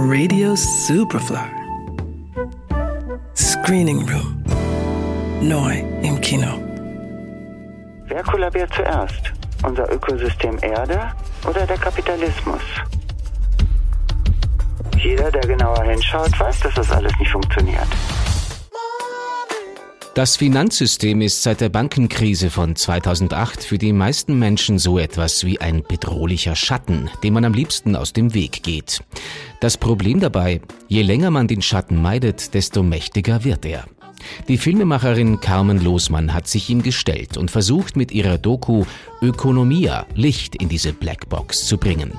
Radio Superfly. Screening Room. Neu im Kino. Wer kollabiert zuerst? Unser Ökosystem Erde oder der Kapitalismus? Jeder, der genauer hinschaut, weiß, dass das alles nicht funktioniert. Das Finanzsystem ist seit der Bankenkrise von 2008 für die meisten Menschen so etwas wie ein bedrohlicher Schatten, dem man am liebsten aus dem Weg geht. Das Problem dabei, je länger man den Schatten meidet, desto mächtiger wird er. Die Filmemacherin Carmen Losmann hat sich ihm gestellt und versucht mit ihrer Doku Ökonomia Licht in diese Blackbox zu bringen.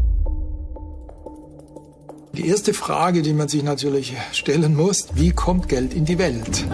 Die erste Frage, die man sich natürlich stellen muss, wie kommt Geld in die Welt?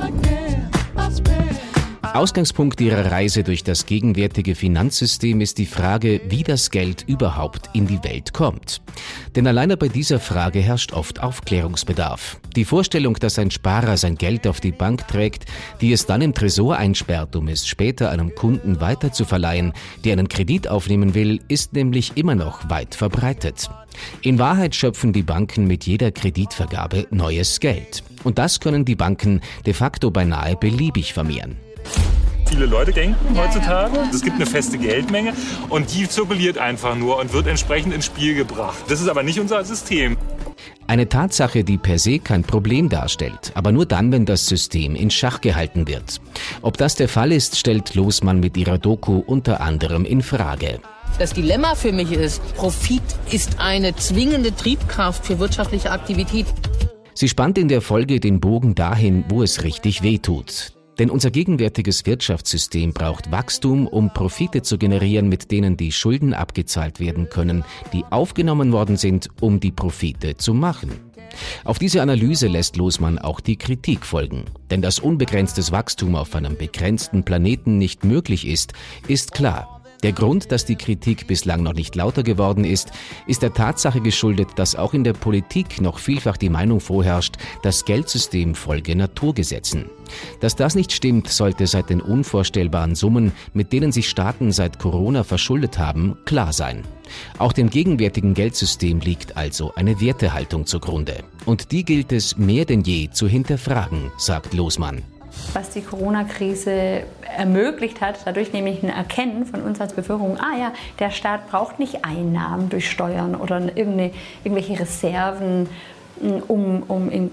Ausgangspunkt ihrer Reise durch das gegenwärtige Finanzsystem ist die Frage, wie das Geld überhaupt in die Welt kommt. Denn alleine bei dieser Frage herrscht oft Aufklärungsbedarf. Die Vorstellung, dass ein Sparer sein Geld auf die Bank trägt, die es dann im Tresor einsperrt, um es später einem Kunden weiterzuverleihen, der einen Kredit aufnehmen will, ist nämlich immer noch weit verbreitet. In Wahrheit schöpfen die Banken mit jeder Kreditvergabe neues Geld. Und das können die Banken de facto beinahe beliebig vermehren. Viele Leute denken heutzutage, es gibt eine feste Geldmenge und die zirkuliert einfach nur und wird entsprechend ins Spiel gebracht. Das ist aber nicht unser System. Eine Tatsache, die per se kein Problem darstellt, aber nur dann, wenn das System in Schach gehalten wird. Ob das der Fall ist, stellt Losmann mit ihrer Doku unter anderem in Frage. Das Dilemma für mich ist, Profit ist eine zwingende Triebkraft für wirtschaftliche Aktivität. Sie spannt in der Folge den Bogen dahin, wo es richtig wehtut. Denn unser gegenwärtiges Wirtschaftssystem braucht Wachstum, um Profite zu generieren, mit denen die Schulden abgezahlt werden können, die aufgenommen worden sind, um die Profite zu machen. Auf diese Analyse lässt Losmann auch die Kritik folgen. Denn dass unbegrenztes Wachstum auf einem begrenzten Planeten nicht möglich ist klar. Der Grund, dass die Kritik bislang noch nicht lauter geworden ist der Tatsache geschuldet, dass auch in der Politik noch vielfach die Meinung vorherrscht, das Geldsystem folge Naturgesetzen. Dass das nicht stimmt, sollte seit den unvorstellbaren Summen, mit denen sich Staaten seit Corona verschuldet haben, klar sein. Auch dem gegenwärtigen Geldsystem liegt also eine Wertehaltung zugrunde. Und die gilt es mehr denn je zu hinterfragen, sagt Losmann. Was die Corona-Krise ermöglicht hat, dadurch nämlich ein Erkennen von uns als Bevölkerung, der Staat braucht nicht Einnahmen durch Steuern oder irgendwelche Reserven, um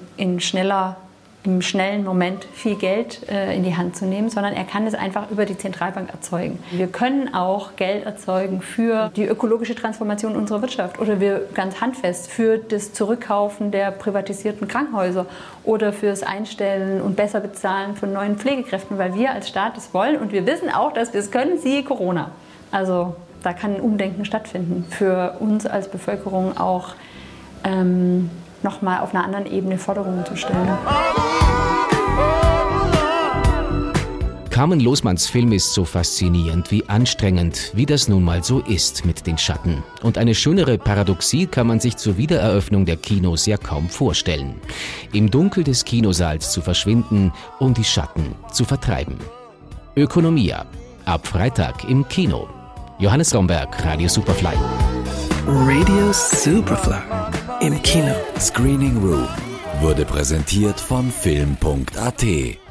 im schnellen Moment viel Geld in die Hand zu nehmen, sondern er kann es einfach über die Zentralbank erzeugen. Wir können auch Geld erzeugen für die ökologische Transformation unserer Wirtschaft oder wir ganz handfest für das Zurückkaufen der privatisierten Krankenhäuser oder fürs Einstellen und besser bezahlen von neuen Pflegekräften, weil wir als Staat das wollen und wir wissen auch, dass wir es können, siehe Corona. Also da kann ein Umdenken stattfinden, für uns als Bevölkerung auch nochmal auf einer anderen Ebene Forderungen zu stellen. Carmen Losmanns Film ist so faszinierend wie anstrengend, wie das nun mal so ist mit den Schatten. Und eine schönere Paradoxie kann man sich zur Wiedereröffnung der Kinos ja kaum vorstellen. Im Dunkel des Kinosaals zu verschwinden, um die Schatten zu vertreiben. Ökonomia. Ab Freitag im Kino. Johannes Romberg, Radio Superfly. Radio Superfly. Im Kino. Screening Room wurde präsentiert von Film.at.